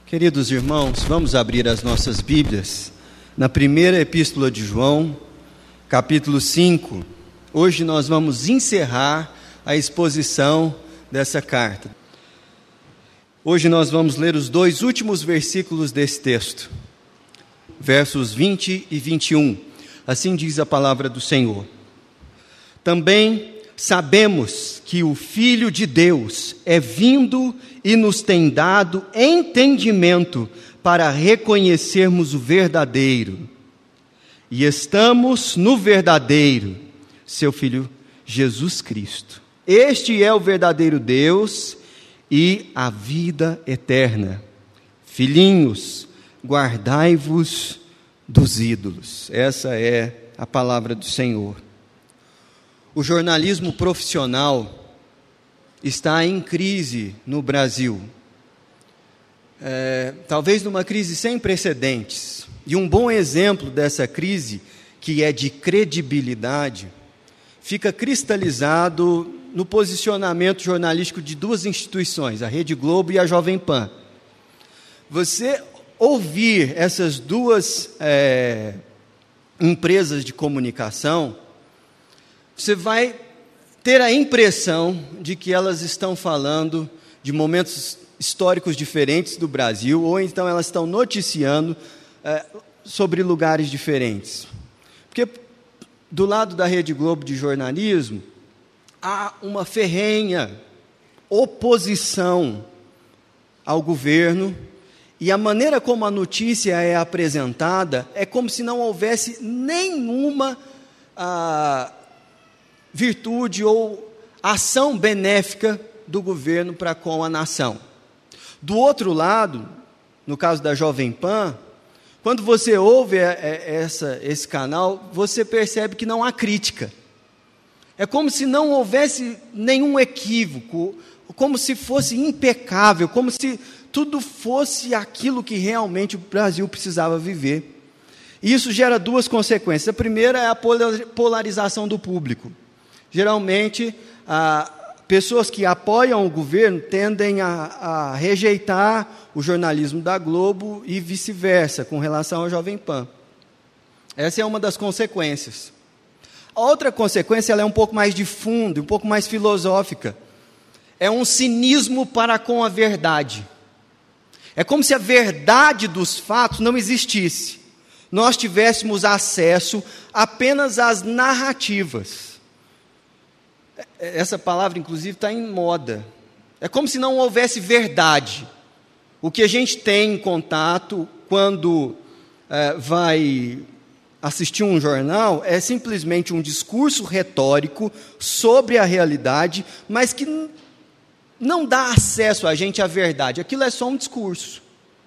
Queridos irmãos, vamos abrir as nossas Bíblias na primeira epístola de João, capítulo 5. Hoje nós vamos encerrar a exposição dessa carta. Hoje nós vamos ler os dois últimos versículos desse texto, versos 20 e 21. Assim diz a palavra do Senhor. Também sabemos que o Filho de Deus é vindo e nos tem dado entendimento para reconhecermos o verdadeiro. E estamos no verdadeiro, seu Filho Jesus Cristo. Este é o verdadeiro Deus e a vida eterna. Filhinhos, guardai-vos dos ídolos. Essa é a palavra do Senhor. O jornalismo profissional está em crise no Brasil. Talvez numa crise sem precedentes. E um bom exemplo dessa crise, que é de credibilidade, fica cristalizado no posicionamento jornalístico de duas instituições, a Rede Globo e a Jovem Pan. Você ouvir essas duas empresas de comunicação, você vai ter a impressão de que elas estão falando de momentos históricos diferentes do Brasil, ou então elas estão noticiando sobre lugares diferentes. Porque do lado da Rede Globo de jornalismo, há uma ferrenha oposição ao governo, e a maneira como a notícia é apresentada é como se não houvesse nenhuma virtude ou ação benéfica do governo para com a nação. Do outro lado, no caso da Jovem Pan, quando você ouve esse canal, você percebe que não há crítica. É como se não houvesse nenhum equívoco, como se fosse impecável, como se tudo fosse aquilo que realmente o Brasil precisava viver. E isso gera duas consequências. A primeira é a polarização do público. Geralmente, pessoas que apoiam o governo tendem a rejeitar o jornalismo da Globo e vice-versa, com relação ao Jovem Pan. Essa é uma das consequências. A outra consequência ela é um pouco mais de fundo, um pouco mais filosófica. É um cinismo para com a verdade. É como se a verdade dos fatos não existisse. Nós tivéssemos acesso apenas às narrativas. Essa palavra, inclusive, está em moda. É como se não houvesse verdade. O que a gente tem em contato quando vai assistir um jornal é simplesmente um discurso retórico sobre a realidade, mas que não dá acesso a gente à verdade. Aquilo é só um discurso.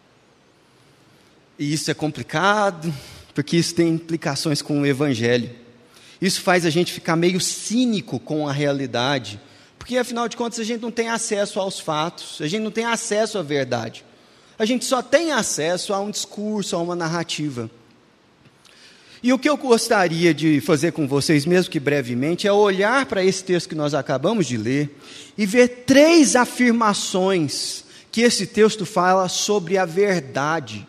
E isso é complicado, porque isso tem implicações com o Evangelho. Isso faz a gente ficar meio cínico com a realidade, porque, afinal de contas, a gente não tem acesso aos fatos, a gente não tem acesso à verdade. A gente só tem acesso a um discurso, a uma narrativa. E o que eu gostaria de fazer com vocês, mesmo que brevemente, é olhar para esse texto que nós acabamos de ler e ver 3 afirmações que esse texto fala sobre a verdade.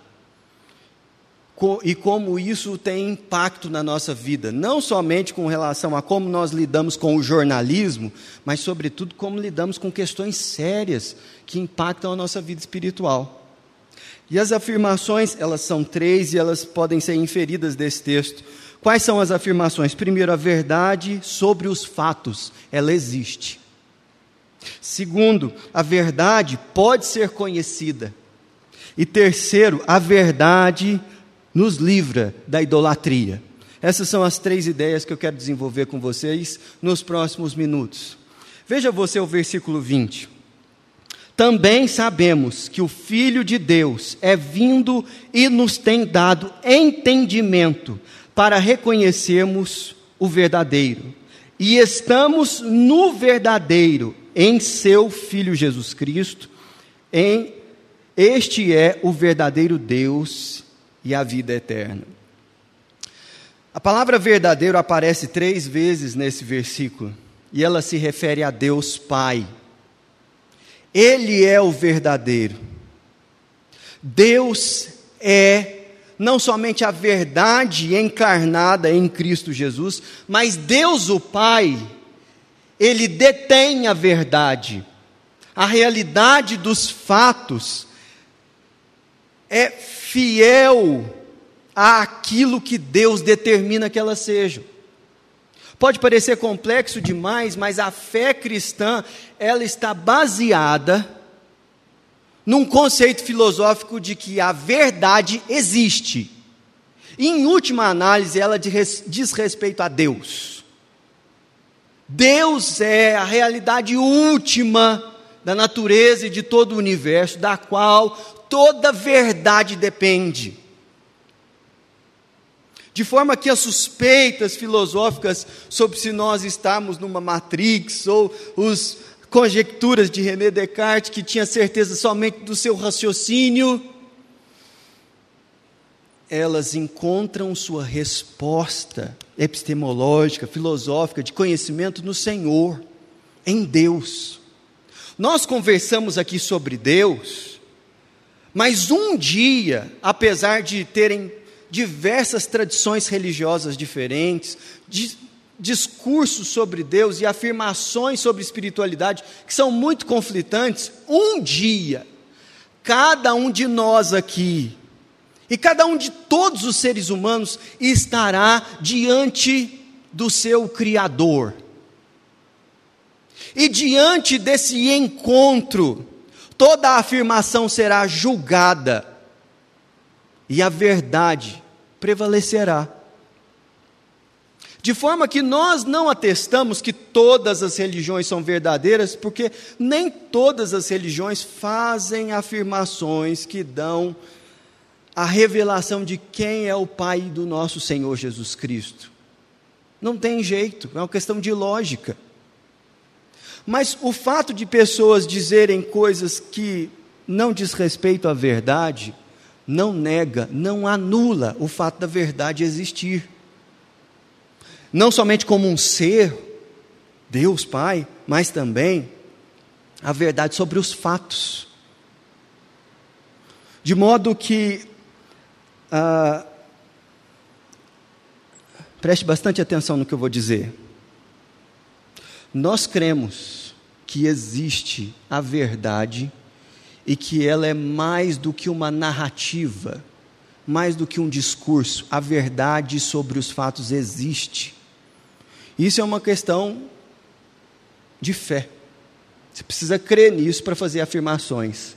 E como isso tem impacto na nossa vida, não somente com relação a como nós lidamos com o jornalismo, mas, sobretudo, como lidamos com questões sérias que impactam a nossa vida espiritual. E as afirmações, elas são 3 e elas podem ser inferidas desse texto. Quais são as afirmações? Primeiro, a verdade sobre os fatos, ela existe. Segundo, a verdade pode ser conhecida. E terceiro, a verdade nos livra da idolatria. Essas são as 3 ideias que eu quero desenvolver com vocês nos próximos minutos. Veja você o versículo 20. Também sabemos que o Filho de Deus é vindo e nos tem dado entendimento para reconhecermos o verdadeiro. E estamos no verdadeiro, em seu Filho Jesus Cristo. Este é o verdadeiro Deus e a vida eterna. A palavra verdadeiro aparece 3 vezes nesse versículo, e ela se refere a Deus Pai. Ele é o verdadeiro. Deus é não somente a verdade encarnada em Cristo Jesus, mas Deus o Pai, Ele detém a verdade. A realidade dos fatos é fiel àquilo que Deus determina que elas sejam. Pode parecer complexo demais, mas a fé cristã, ela está baseada num conceito filosófico de que a verdade existe. E, em última análise, ela diz respeito a Deus. Deus é a realidade última da natureza e de todo o universo, da qual toda verdade depende. De forma que as suspeitas filosóficas sobre se nós estamos numa Matrix, ou as conjecturas de René Descartes, que tinha certeza somente do seu raciocínio, elas encontram sua resposta epistemológica, filosófica, de conhecimento no Senhor, em Deus. Nós conversamos aqui sobre Deus, mas um dia, apesar de terem diversas tradições religiosas diferentes, discursos sobre Deus e afirmações sobre espiritualidade que são muito conflitantes, um dia, cada um de nós aqui, e cada um de todos os seres humanos, estará diante do seu Criador. E diante desse encontro, toda a afirmação será julgada, e a verdade prevalecerá. De forma que nós não atestamos que todas as religiões são verdadeiras, porque nem todas as religiões fazem afirmações que dão a revelação de quem é o Pai do nosso Senhor Jesus Cristo. Não tem jeito, é uma questão de lógica. Mas o fato de pessoas dizerem coisas que não diz respeito à verdade, não nega, não anula o fato da verdade existir. Não somente como um ser, Deus Pai, mas também a verdade sobre os fatos. De modo que, preste bastante atenção no que eu vou dizer. Nós cremos que existe a verdade e que ela é mais do que uma narrativa, mais do que um discurso. A verdade sobre os fatos existe. Isso é uma questão de fé. Você precisa crer nisso para fazer afirmações.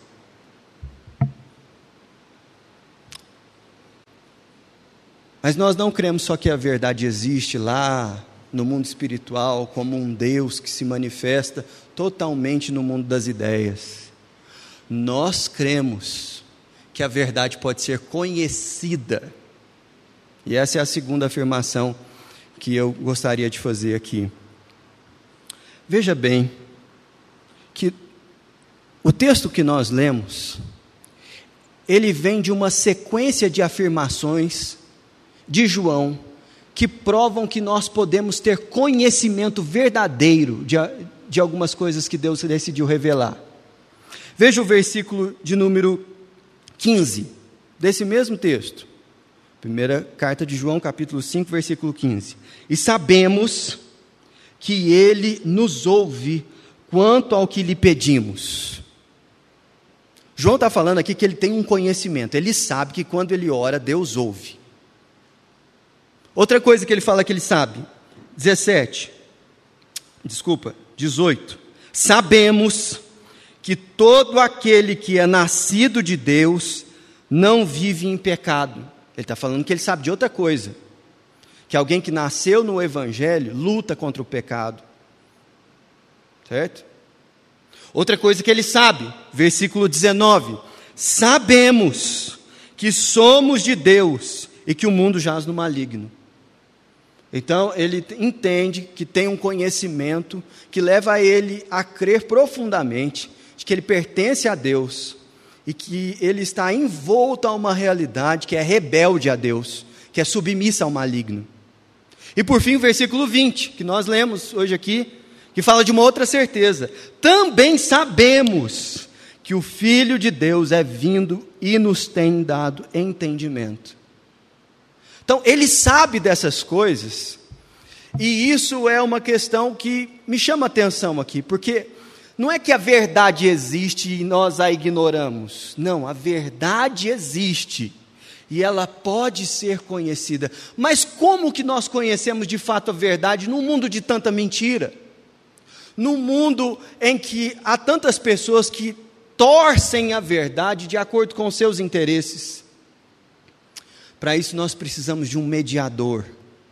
Mas nós não cremos só que a verdade existe lá no mundo espiritual, como um Deus que se manifesta totalmente no mundo das ideias. Nós cremos que a verdade pode ser conhecida. E essa é a segunda afirmação que eu gostaria de fazer aqui. Veja bem, que o texto que nós lemos, ele vem de uma sequência de afirmações de João, que provam que nós podemos ter conhecimento verdadeiro de algumas coisas que Deus decidiu revelar. Veja o versículo de número 15, desse mesmo texto. Primeira carta de João, capítulo 5, versículo 15. E sabemos que Ele nos ouve quanto ao que lhe pedimos. João está falando aqui que ele tem um conhecimento, ele sabe que quando ele ora, Deus ouve. Outra coisa que ele fala que ele sabe, 18. Sabemos que todo aquele que é nascido de Deus não vive em pecado. Ele está falando que ele sabe de outra coisa, que alguém que nasceu no Evangelho luta contra o pecado, certo? Outra coisa que ele sabe, versículo 19, sabemos que somos de Deus e que o mundo jaz no maligno. Então ele entende que tem um conhecimento que leva ele a crer profundamente de que ele pertence a Deus e que ele está envolto a uma realidade que é rebelde a Deus, que é submissa ao maligno. E por fim o versículo 20, que nós lemos hoje aqui, que fala de uma outra certeza. Também sabemos que o Filho de Deus é vindo e nos tem dado entendimento. Então, ele sabe dessas coisas, e isso é uma questão que me chama a atenção aqui, porque não é que a verdade existe e nós a ignoramos. Não, a verdade existe e ela pode ser conhecida. Mas como que nós conhecemos de fato a verdade num mundo de tanta mentira? Num mundo em que há tantas pessoas que torcem a verdade de acordo com seus interesses. Para isso nós precisamos de um mediador.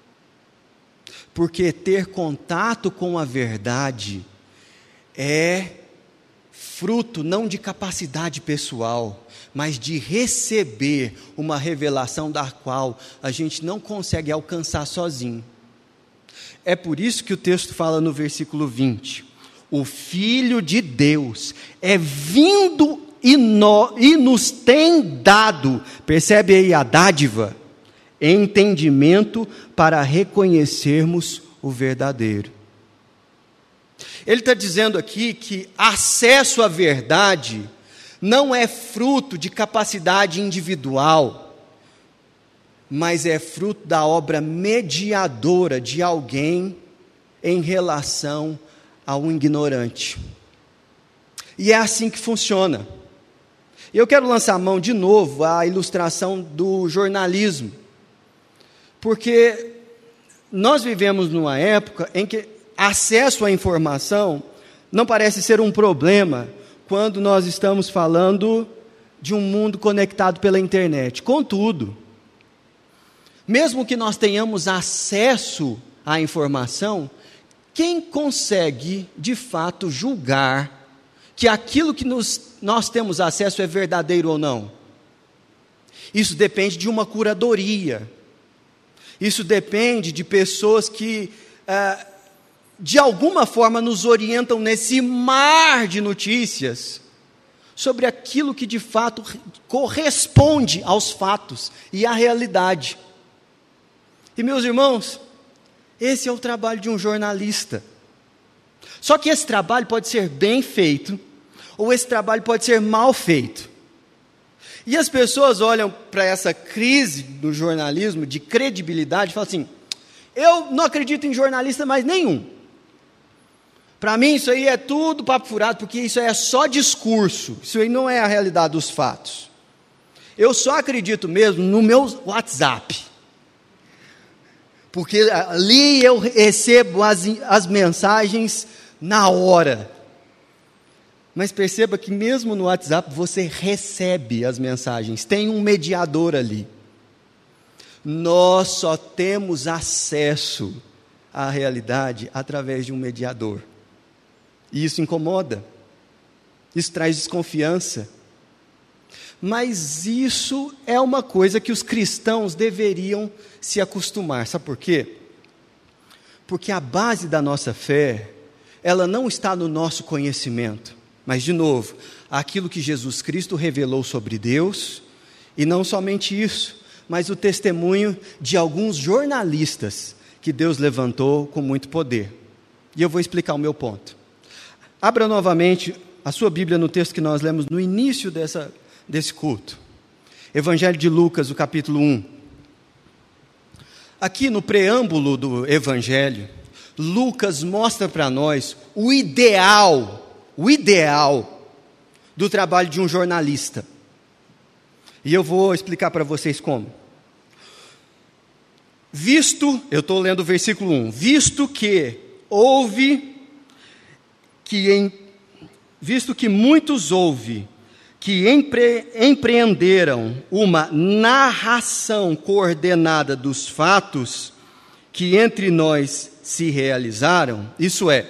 Porque ter contato com a verdade é fruto não de capacidade pessoal, mas de receber uma revelação da qual a gente não consegue alcançar sozinho. É por isso que o texto fala no versículo 20, o Filho de Deus é vindo e nos tem dado, percebe aí a dádiva, entendimento para reconhecermos o verdadeiro. Ele está dizendo aqui que acesso à verdade não é fruto de capacidade individual, mas é fruto da obra mediadora de alguém em relação ao ignorante. E é assim que funciona. Eu quero lançar a mão de novo à ilustração do jornalismo, porque nós vivemos numa época em que acesso à informação não parece ser um problema quando nós estamos falando de um mundo conectado pela internet. Contudo, mesmo que nós tenhamos acesso à informação, quem consegue de fato julgar que aquilo que nós temos acesso é verdadeiro ou não? Isso depende de uma curadoria. Isso depende de pessoas que de alguma forma nos orientam nesse mar de notícias sobre aquilo que de fato corresponde aos fatos e à realidade. E meus irmãos, esse é o trabalho de um jornalista. Só que esse trabalho pode ser bem feito, ou esse trabalho pode ser mal feito. E as pessoas olham para essa crise do jornalismo, de credibilidade, e falam assim, eu não acredito em jornalista mais nenhum. Para mim isso aí é tudo papo furado, porque isso aí é só discurso, isso aí não é a realidade dos fatos. Eu só acredito mesmo no meu WhatsApp, porque ali eu recebo as mensagens na hora. Mas perceba que mesmo no WhatsApp você recebe as mensagens, tem um mediador ali. Nós só temos acesso à realidade através de um mediador. E isso incomoda, isso traz desconfiança. Mas isso é uma coisa que os cristãos deveriam se acostumar. Sabe por quê? Porque a base da nossa fé, ela não está no nosso conhecimento. Mas, de novo, aquilo que Jesus Cristo revelou sobre Deus, e não somente isso, mas o testemunho de alguns jornalistas que Deus levantou com muito poder. E eu vou explicar o meu ponto. Abra novamente a sua Bíblia no texto que nós lemos no início desse culto. Evangelho de Lucas, o capítulo 1. Aqui no preâmbulo do Evangelho, Lucas mostra para nós o ideal do trabalho de um jornalista. E eu vou explicar para vocês como. Eu estou lendo o versículo 1. Visto que muitos houve que empreenderam uma narração coordenada dos fatos que entre nós se realizaram, isso é,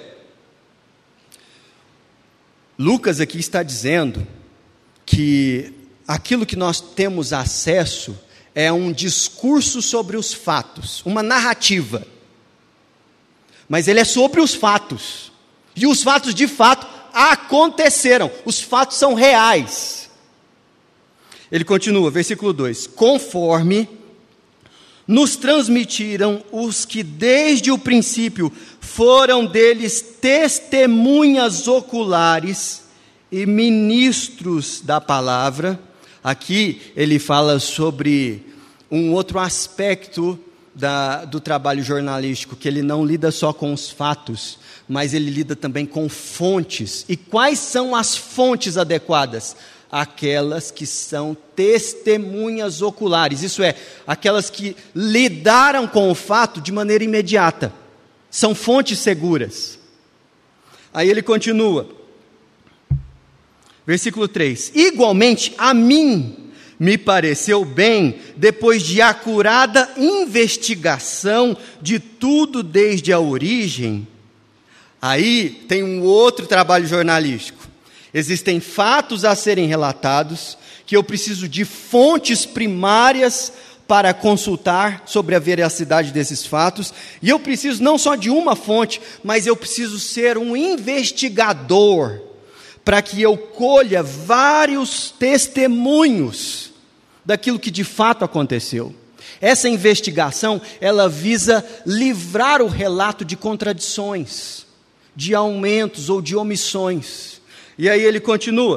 Lucas aqui está dizendo que aquilo que nós temos acesso é um discurso sobre os fatos, uma narrativa. Mas ele é sobre os fatos. E os fatos de fato aconteceram. Os fatos são reais. Ele continua, versículo 2. Conforme nos transmitiram os que desde o princípio foram deles testemunhas oculares e ministros da palavra. Aqui ele fala sobre um outro aspecto do trabalho jornalístico, que ele não lida só com os fatos, mas ele lida também com fontes. E quais são as fontes adequadas? Aquelas que são testemunhas oculares, isso é, aquelas que lidaram com o fato de maneira imediata, são fontes seguras. Aí ele continua, versículo 3: igualmente a mim me pareceu bem, depois de acurada investigação de tudo desde a origem. Aí tem um outro trabalho jornalístico. Existem fatos a serem relatados, que eu preciso de fontes primárias para consultar sobre a veracidade desses fatos, e eu preciso não só de uma fonte, mas eu preciso ser um investigador, para que eu colha vários testemunhos daquilo que de fato aconteceu. Essa investigação, ela visa livrar o relato de contradições, de aumentos ou de omissões. E aí ele continua: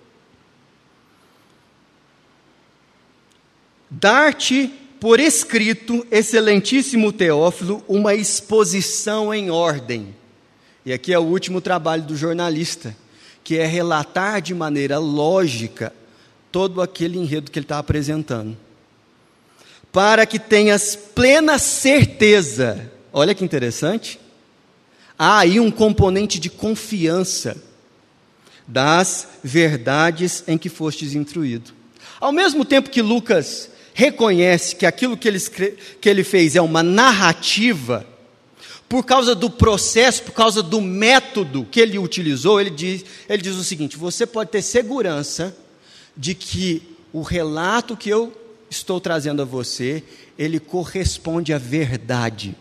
dar-te por escrito, excelentíssimo Teófilo, uma exposição em ordem. E aqui é o último trabalho do jornalista, que é relatar de maneira lógica todo aquele enredo que ele está apresentando, para que tenhas plena certeza. Olha que interessante, há aí um componente de confiança das verdades em que fostes instruído. Ao mesmo tempo que Lucas reconhece que aquilo que ele fez é uma narrativa, por causa do processo, por causa do método que ele utilizou, ele diz o seguinte: você pode ter segurança de que o relato que eu estou trazendo a você, ele corresponde à verdade.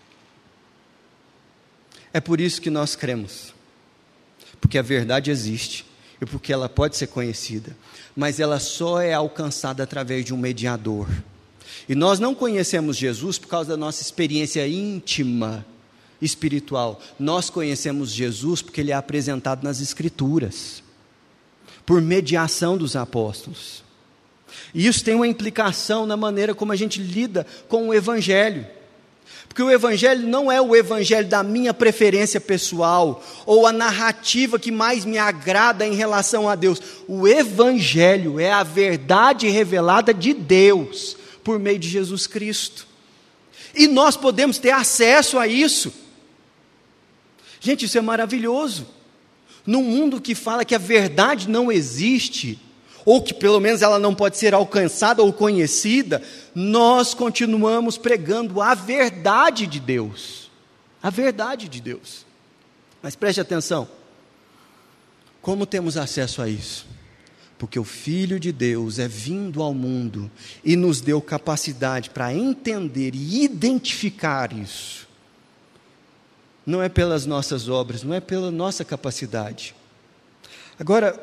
É por isso que nós cremos, porque a verdade existe e porque ela pode ser conhecida, mas ela só é alcançada através de um mediador. E nós não conhecemos Jesus por causa da nossa experiência íntima espiritual. Nós conhecemos Jesus porque ele é apresentado nas Escrituras, por mediação dos apóstolos. E isso tem uma implicação na maneira como a gente lida com o Evangelho. Porque o Evangelho não é o Evangelho da minha preferência pessoal, ou a narrativa que mais me agrada em relação a Deus. O Evangelho é a verdade revelada de Deus, por meio de Jesus Cristo. E nós podemos ter acesso a isso. Gente, isso é maravilhoso. Num mundo que fala que a verdade não existe, ou que pelo menos ela não pode ser alcançada ou conhecida, nós continuamos pregando a verdade de Deus. A verdade de Deus. Mas preste atenção, como temos acesso a isso? Porque o Filho de Deus é vindo ao mundo e nos deu capacidade para entender e identificar isso. Não é pelas nossas obras, não é pela nossa capacidade. Agora,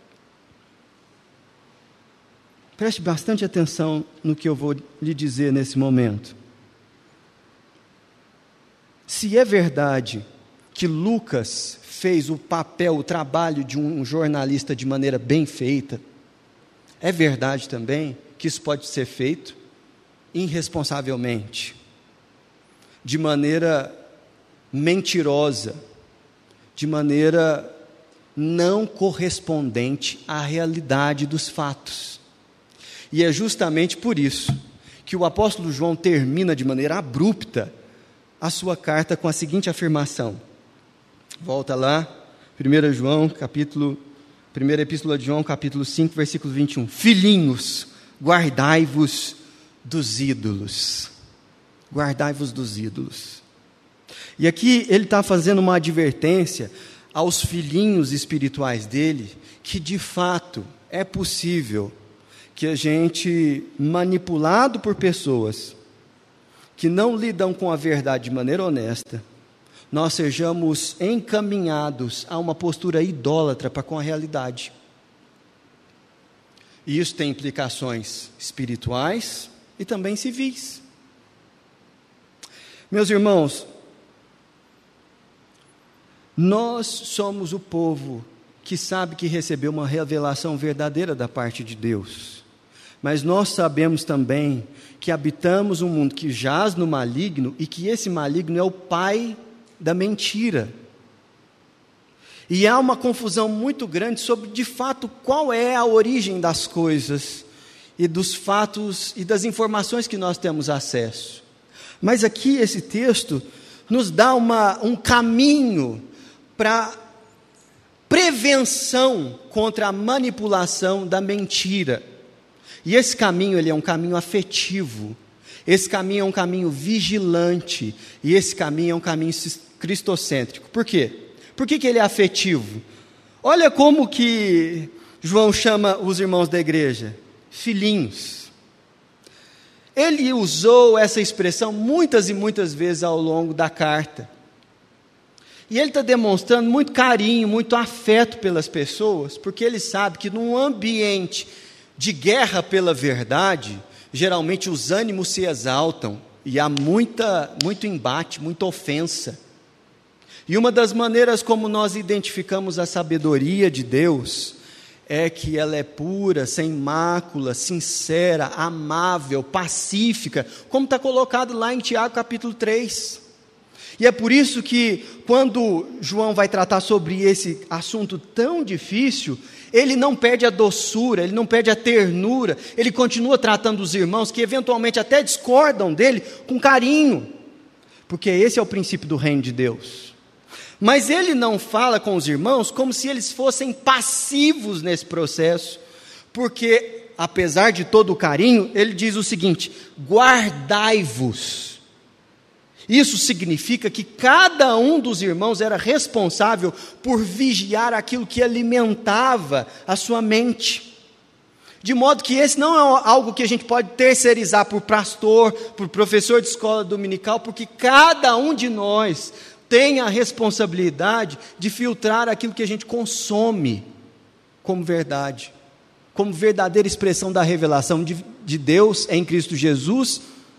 preste bastante atenção no que eu vou lhe dizer nesse momento. Se é verdade que Lucas fez o papel, o trabalho de um jornalista de maneira bem feita, é verdade também que isso pode ser feito irresponsavelmente, de maneira mentirosa, de maneira não correspondente à realidade dos fatos. E é justamente por isso que o apóstolo João termina de maneira abrupta a sua carta com a seguinte afirmação. Volta lá, 1 João, primeira epístola de João, capítulo 5, versículo 21. Filhinhos, guardai-vos dos ídolos. Guardai-vos dos ídolos. E aqui ele está fazendo uma advertência aos filhinhos espirituais dele, que de fato é possível que a gente, manipulado por pessoas que não lidam com a verdade de maneira honesta, nós sejamos encaminhados a uma postura idólatra para com a realidade. E isso tem implicações espirituais e também civis. Meus irmãos, nós somos o povo que sabe que recebeu uma revelação verdadeira da parte de Deus. Mas nós sabemos também que habitamos um mundo que jaz no maligno e que esse maligno é o pai da mentira. E há uma confusão muito grande sobre, de fato, qual é a origem das coisas e dos fatos e das informações que nós temos acesso. Mas aqui esse texto nos dá um caminho para prevenção contra a manipulação da mentira. E esse caminho, ele é um caminho afetivo. Esse caminho é um caminho vigilante. E esse caminho é um caminho cristocêntrico. Por quê? Por que ele é afetivo? Olha como que João chama os irmãos da igreja: filhinhos. Ele usou essa expressão muitas e muitas vezes ao longo da carta. E ele está demonstrando muito carinho, muito afeto pelas pessoas, porque ele sabe que num ambiente de guerra pela verdade, geralmente os ânimos se exaltam e há muito embate, muita ofensa. E uma das maneiras como nós identificamos a sabedoria de Deus é que ela é pura, sem mácula, sincera, amável, pacífica, como está colocado lá em Tiago capítulo 3. E é por isso que quando João vai tratar sobre esse assunto tão difícil, ele não perde a doçura, ele não perde a ternura, ele continua tratando os irmãos que eventualmente até discordam dele com carinho, porque esse é o princípio do reino de Deus. Mas ele não fala com os irmãos como se eles fossem passivos nesse processo, porque apesar de todo o carinho, ele diz o seguinte: guardai-vos. Isso significa que cada um dos irmãos era responsável por vigiar aquilo que alimentava a sua mente. De modo que esse não é algo que a gente pode terceirizar por pastor, por professor de escola dominical, porque cada um de nós tem a responsabilidade de filtrar aquilo que a gente consome como verdade, como verdadeira expressão da revelação de Deus em Cristo Jesus,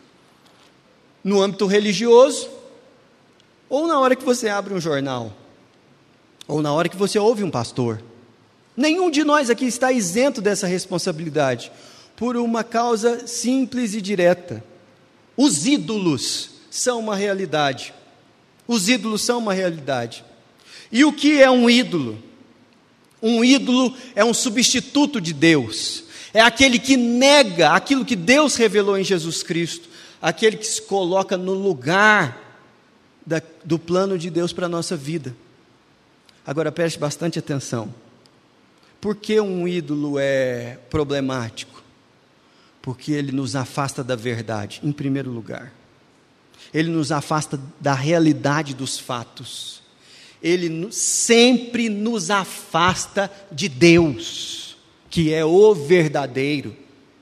no âmbito religioso, ou na hora que você abre um jornal, ou na hora que você ouve um pastor. Nenhum de nós aqui está isento dessa responsabilidade, por uma causa simples e direta: os ídolos são uma realidade. Os ídolos são uma realidade. E o que é um ídolo? Um ídolo é um substituto de Deus, é aquele que nega aquilo que Deus revelou em Jesus Cristo, aquele que se coloca no lugar do plano de Deus para a nossa vida. Agora preste bastante atenção. Por que um ídolo é problemático? Porque ele nos afasta da verdade, em primeiro lugar. Ele nos afasta da realidade dos fatos. Ele sempre nos afasta de Deus, que é o verdadeiro.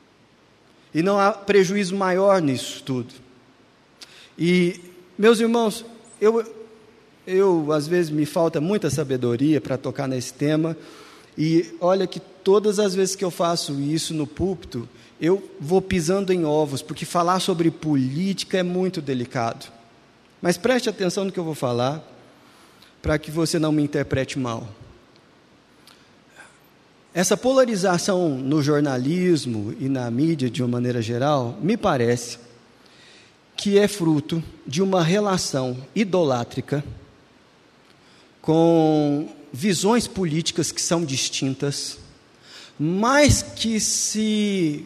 E não há prejuízo maior nisso tudo. E, meus irmãos, eu às vezes me falta muita sabedoria para tocar nesse tema, e olha que todas as vezes que eu faço isso no púlpito, eu vou pisando em ovos, porque falar sobre política é muito delicado. Mas preste atenção no que eu vou falar, para que você não me interprete mal. Essa polarização no jornalismo e na mídia, de uma maneira geral, me parece que é fruto de uma relação idolátrica com visões políticas que são distintas, mas que se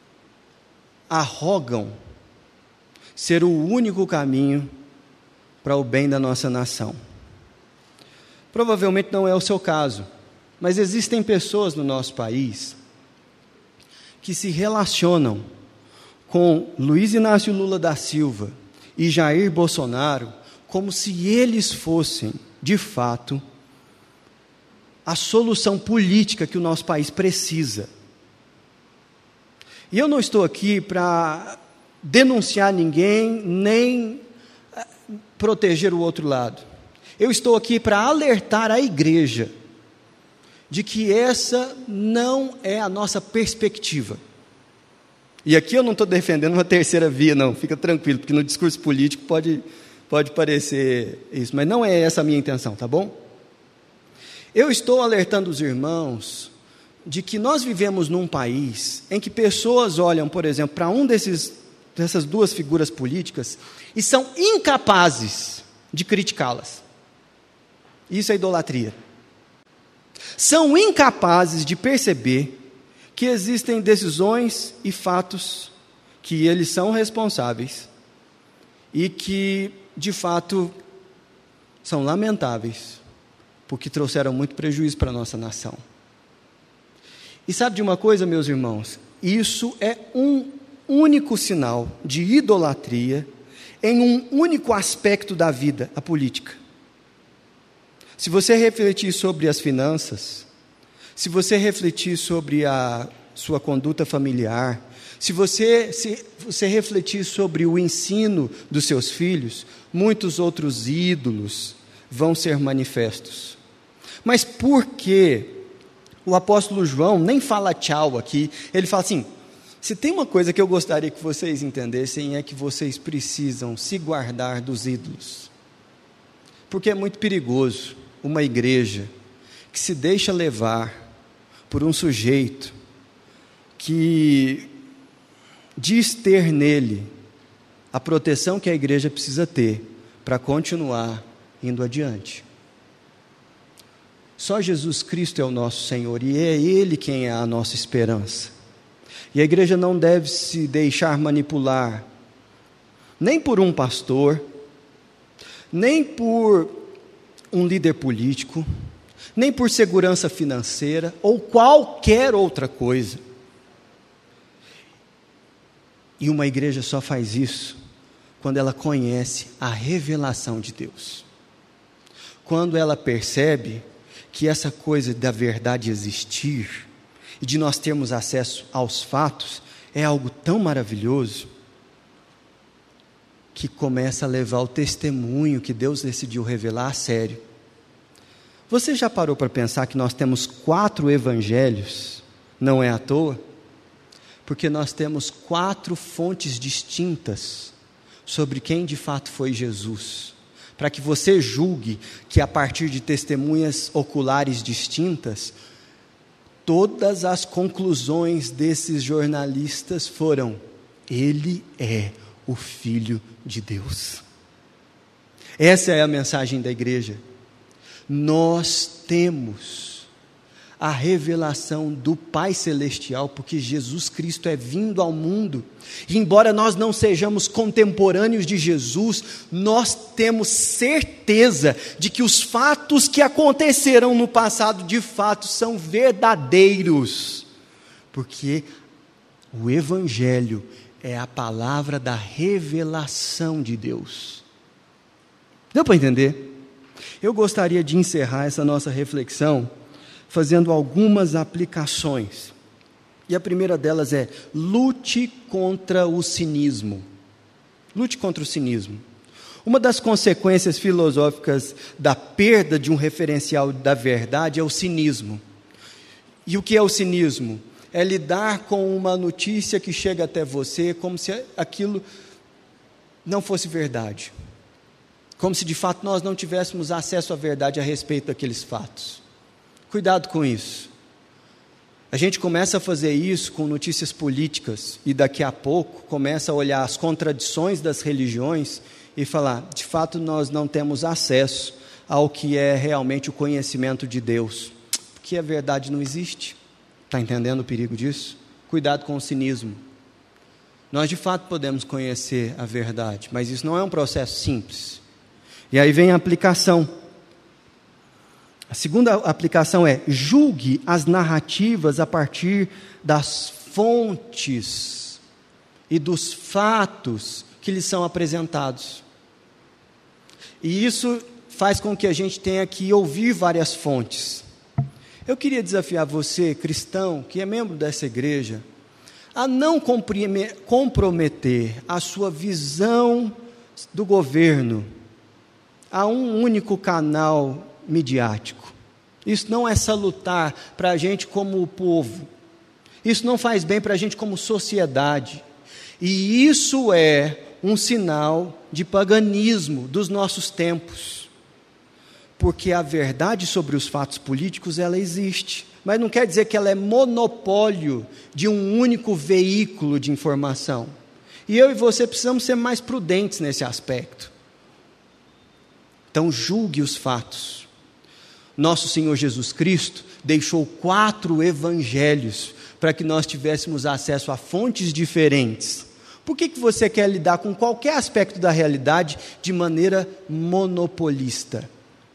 arrogam ser o único caminho para o bem da nossa nação. Provavelmente não é o seu caso, mas existem pessoas no nosso país que se relacionam com Luiz Inácio Lula da Silva e Jair Bolsonaro como se eles fossem, de fato, a solução política que o nosso país precisa. E eu não estou aqui para denunciar ninguém, nem proteger o outro lado. Eu estou aqui para alertar a igreja de que essa não é a nossa perspectiva. E aqui eu não estou defendendo uma terceira via, não, fica tranquilo, porque no discurso político pode parecer isso, mas não é essa a minha intenção, tá bom? Eu estou alertando os irmãos de que nós vivemos num país em que pessoas olham, por exemplo, para dessas duas figuras políticas e são incapazes de criticá-las. Isso é idolatria. São incapazes de perceber que existem decisões e fatos que eles são responsáveis e que, de fato, são lamentáveis, porque trouxeram muito prejuízo para a nossa nação. E sabe de uma coisa, meus irmãos? Isso é um único sinal de idolatria em um único aspecto da vida, a política. Se você refletir sobre as finanças, se você refletir sobre a sua conduta familiar, se você refletir sobre o ensino dos seus filhos, muitos outros ídolos vão ser manifestos. Mas por que o apóstolo João nem fala tchau aqui? Ele fala assim: se tem uma coisa que eu gostaria que vocês entendessem, é que vocês precisam se guardar dos ídolos. Porque é muito perigoso uma igreja que se deixa levar por um sujeito que diz ter nele a proteção que a igreja precisa ter para continuar indo adiante. Só Jesus Cristo é o nosso Senhor e é Ele quem é a nossa esperança. E a igreja não deve se deixar manipular nem por um pastor, nem por um líder político, nem por segurança financeira ou qualquer outra coisa. E uma igreja só faz isso quando ela conhece a revelação de Deus. Quando ela percebe que essa coisa da verdade existir e de nós termos acesso aos fatos é algo tão maravilhoso que começa a levar o testemunho que Deus decidiu revelar a sério. Você já parou para pensar que nós temos 4 evangelhos? Não é à toa? Porque nós temos 4 fontes distintas sobre quem de fato foi Jesus, para que você julgue que a partir de testemunhas oculares distintas, todas as conclusões desses jornalistas foram: Ele é o Filho de Deus. Essa é a mensagem da igreja. Nós temos a revelação do Pai Celestial, porque Jesus Cristo é vindo ao mundo, e embora nós não sejamos contemporâneos de Jesus, nós temos certeza de que os fatos que aconteceram no passado, de fato, são verdadeiros, porque o Evangelho é a palavra da revelação de Deus. Deu para entender? Eu gostaria de encerrar essa nossa reflexão fazendo algumas aplicações. E a primeira delas é: lute contra o cinismo. Lute contra o cinismo. Uma das consequências filosóficas da perda de um referencial da verdade é o cinismo. E o que é o cinismo? É lidar com uma notícia que chega até você como se aquilo não fosse verdade. Como se de fato nós não tivéssemos acesso à verdade a respeito daqueles fatos. Cuidado com isso. A gente começa a fazer isso com notícias políticas e daqui a pouco começa a olhar as contradições das religiões e falar: de fato nós não temos acesso ao que é realmente o conhecimento de Deus, porque a verdade não existe. Está entendendo o perigo disso? Cuidado com o cinismo. Nós de fato podemos conhecer a verdade, mas isso não é um processo simples. E aí vem a aplicação. A segunda aplicação é: julgue as narrativas a partir das fontes e dos fatos que lhes são apresentados. E isso faz com que a gente tenha que ouvir várias fontes. Eu queria desafiar você, cristão, que é membro dessa igreja, a não comprometer a sua visão do governo a um único canal midiático. Isso não é salutar para a gente como povo. Isso não faz bem para a gente como sociedade. E isso é um sinal de paganismo dos nossos tempos. porque a verdade sobre os fatos políticos, ela existe. Mas não quer dizer que ela é monopólio de um único veículo de informação. E eu e você precisamos ser mais prudentes nesse aspecto. Então, julgue os fatos. Nosso Senhor Jesus Cristo deixou 4 evangelhos para que nós tivéssemos acesso a fontes diferentes. Por que você quer lidar com qualquer aspecto da realidade de maneira monopolista?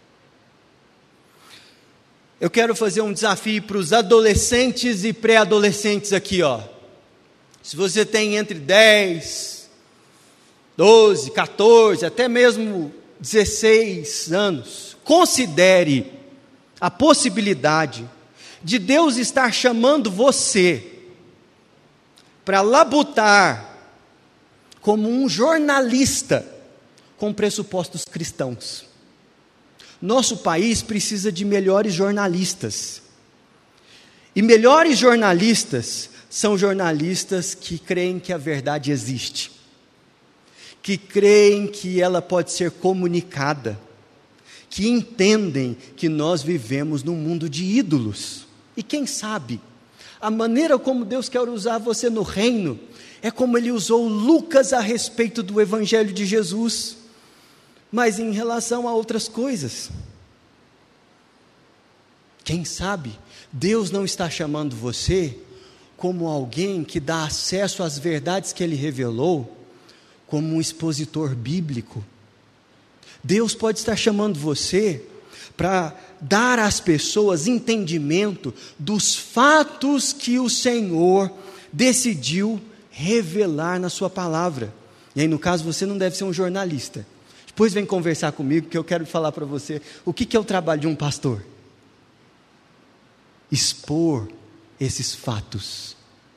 Eu quero fazer um desafio para os adolescentes e pré-adolescentes aqui, ó. Se você tem entre 10, 12, 14, até mesmo 16 anos, considere a possibilidade de Deus estar chamando você para labutar como um jornalista com pressupostos cristãos. Nosso país precisa de melhores jornalistas. E melhores jornalistas são jornalistas que creem que a verdade existe, que creem que ela pode ser comunicada, que entendem que nós vivemos num mundo de ídolos. E quem sabe, a maneira como Deus quer usar você no reino é como Ele usou Lucas a respeito do Evangelho de Jesus, mas em relação a outras coisas. Quem sabe, Deus não está chamando você como alguém que dá acesso às verdades que Ele revelou, como um expositor bíblico. Deus pode estar chamando você para dar às pessoas entendimento dos fatos que o Senhor decidiu revelar na sua palavra. E aí, no caso, você não deve ser um jornalista. Depois vem conversar comigo, que eu quero falar para você o que é o trabalho de um pastor. Expor esses fatos.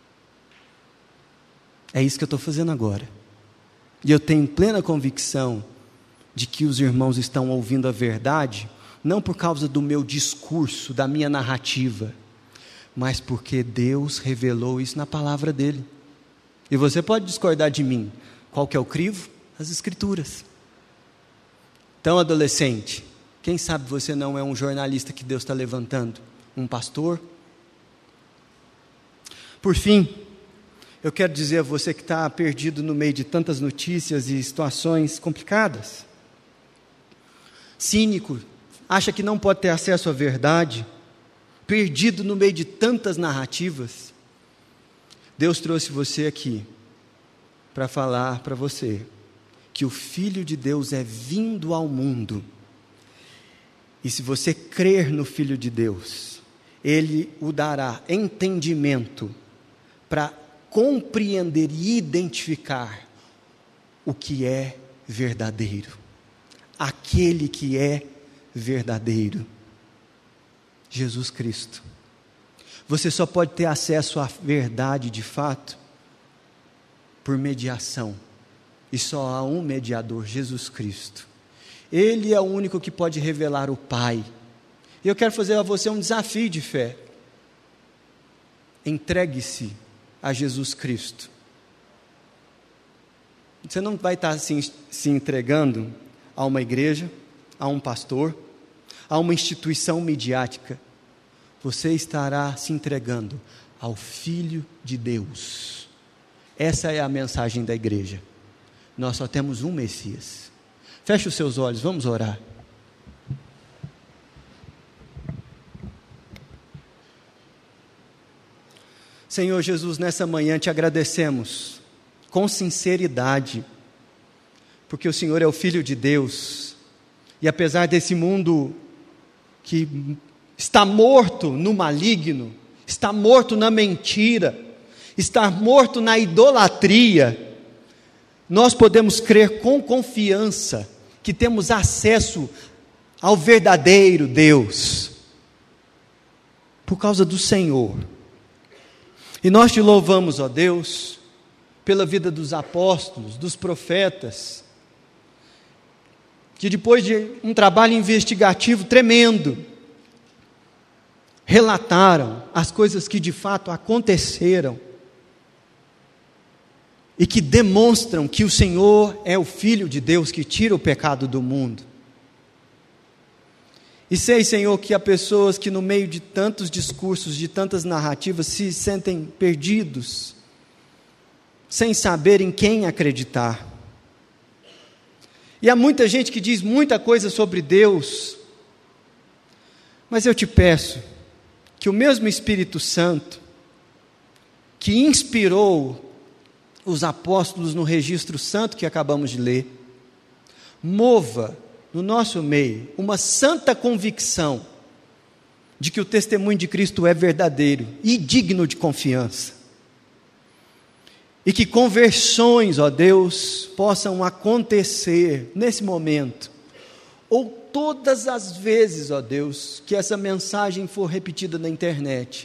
É isso que eu estou fazendo agora. E eu tenho plena convicção de que os irmãos estão ouvindo a verdade, não por causa do meu discurso, da minha narrativa, mas porque Deus revelou isso na palavra dEle. E você pode discordar de mim. Qual que é o crivo? As Escrituras. Então, adolescente, quem sabe você não é um jornalista que Deus está levantando? Um pastor? Por fim, eu quero dizer a você que está perdido no meio de tantas notícias e situações complicadas, cínico, acha que não pode ter acesso à verdade, perdido no meio de tantas narrativas, Deus trouxe você aqui para falar para você que o Filho de Deus é vindo ao mundo, e se você crer no Filho de Deus, Ele o dará entendimento para compreender e identificar o que é verdadeiro, aquele que é verdadeiro, Jesus Cristo. Você só pode ter acesso à verdade de fato por mediação, e só há um mediador, Jesus Cristo. Ele é o único que pode revelar o Pai. E eu quero fazer a você um desafio de fé. Entregue-se a Jesus Cristo. Você não vai estar se entregando a uma igreja, a um pastor, a uma instituição midiática. Você estará se entregando ao Filho de Deus. Essa é a mensagem da igreja. Nós só temos um Messias. Feche os seus olhos, vamos orar. Senhor Jesus, nessa manhã te agradecemos com sinceridade, porque o Senhor é o Filho de Deus, e apesar desse mundo que está morto no maligno, está morto na mentira, está morto na idolatria, nós podemos crer com confiança que temos acesso ao verdadeiro Deus, por causa do Senhor. E nós te louvamos, ó Deus, pela vida dos apóstolos, dos profetas, que depois de um trabalho investigativo tremendo, relataram as coisas que de fato aconteceram, e que demonstram que o Senhor é o Filho de Deus que tira o pecado do mundo. E sei, Senhor, que há pessoas que no meio de tantos discursos, de tantas narrativas, se sentem perdidos, sem saber em quem acreditar. E há muita gente que diz muita coisa sobre Deus, mas eu te peço que o mesmo Espírito Santo, que inspirou os apóstolos no registro santo que acabamos de ler, mova no nosso meio uma santa convicção de que o testemunho de Cristo é verdadeiro e digno de confiança. E que conversões, ó Deus, possam acontecer nesse momento, ou todas as vezes, ó Deus, que essa mensagem for repetida na internet.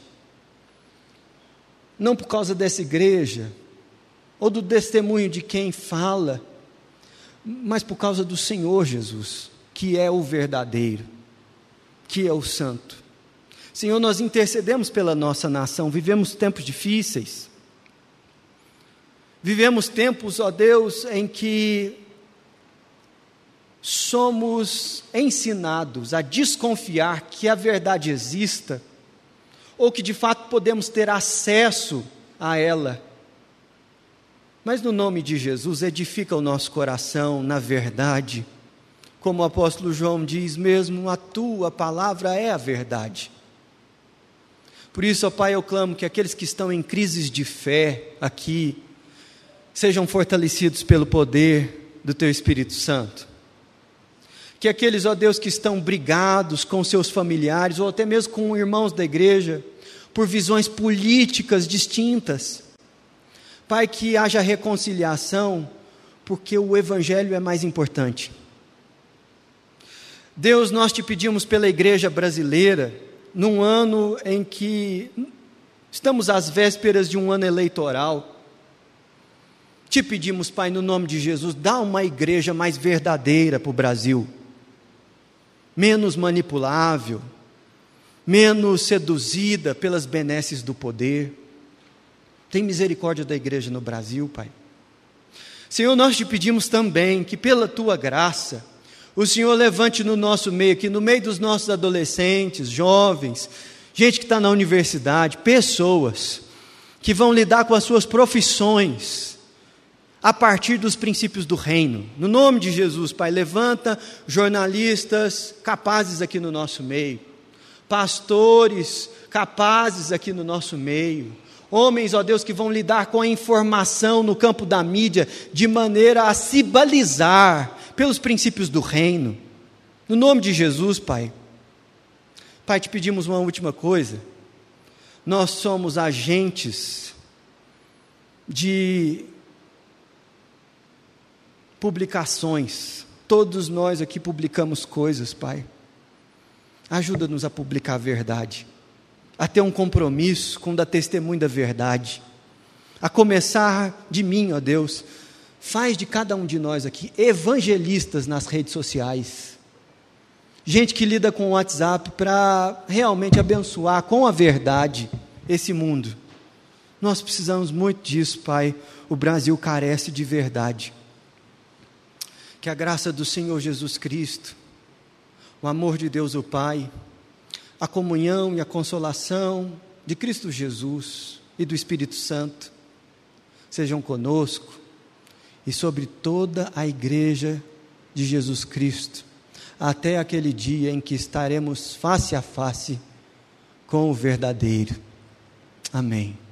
Não por causa dessa igreja, ou do testemunho de quem fala, mas por causa do Senhor Jesus, que é o verdadeiro, que é o santo. Senhor, nós intercedemos pela nossa nação, vivemos tempos difíceis, vivemos tempos, ó Deus, em que somos ensinados a desconfiar que a verdade exista, ou que de fato podemos ter acesso a ela. Mas no nome de Jesus, edifica o nosso coração na verdade, como o apóstolo João diz mesmo, a tua palavra é a verdade. Por isso, ó Pai, eu clamo que aqueles que estão em crises de fé aqui, sejam fortalecidos pelo poder do teu Espírito Santo. Que aqueles, ó Deus, que estão brigados com seus familiares, ou até mesmo com irmãos da igreja, por visões políticas distintas, Pai, que haja reconciliação, porque o Evangelho é mais importante. Deus, nós te pedimos pela igreja brasileira, num ano em que estamos às vésperas de um ano eleitoral, te pedimos, Pai, no nome de Jesus, dá uma igreja mais verdadeira para o Brasil, menos manipulável, menos seduzida pelas benesses do poder. Tem misericórdia da igreja no Brasil, Pai. Senhor, nós te pedimos também que pela tua graça, o Senhor levante no nosso meio, aqui no meio dos nossos adolescentes, jovens, gente que está na universidade, pessoas que vão lidar com as suas profissões a partir dos princípios do reino. No nome de Jesus, Pai, levanta jornalistas capazes aqui no nosso meio, pastores capazes aqui no nosso meio, homens, ó Deus, que vão lidar com a informação no campo da mídia, de maneira a se balizar pelos princípios do reino. No nome de Jesus, Pai. Pai, te pedimos uma última coisa. Nós somos agentes de publicações. Todos nós aqui publicamos coisas, Pai. Ajuda-nos a publicar a verdade, a ter um compromisso com dar testemunho da verdade, a começar de mim, ó Deus. Faz de cada um de nós aqui evangelistas nas redes sociais, gente que lida com o WhatsApp para realmente abençoar com a verdade esse mundo. Nós precisamos muito disso, Pai. O Brasil carece de verdade. Que a graça do Senhor Jesus Cristo, o amor de Deus o Pai, a comunhão e a consolação de Cristo Jesus e do Espírito Santo sejam conosco e sobre toda a igreja de Jesus Cristo, até aquele dia em que estaremos face a face com o verdadeiro. Amém.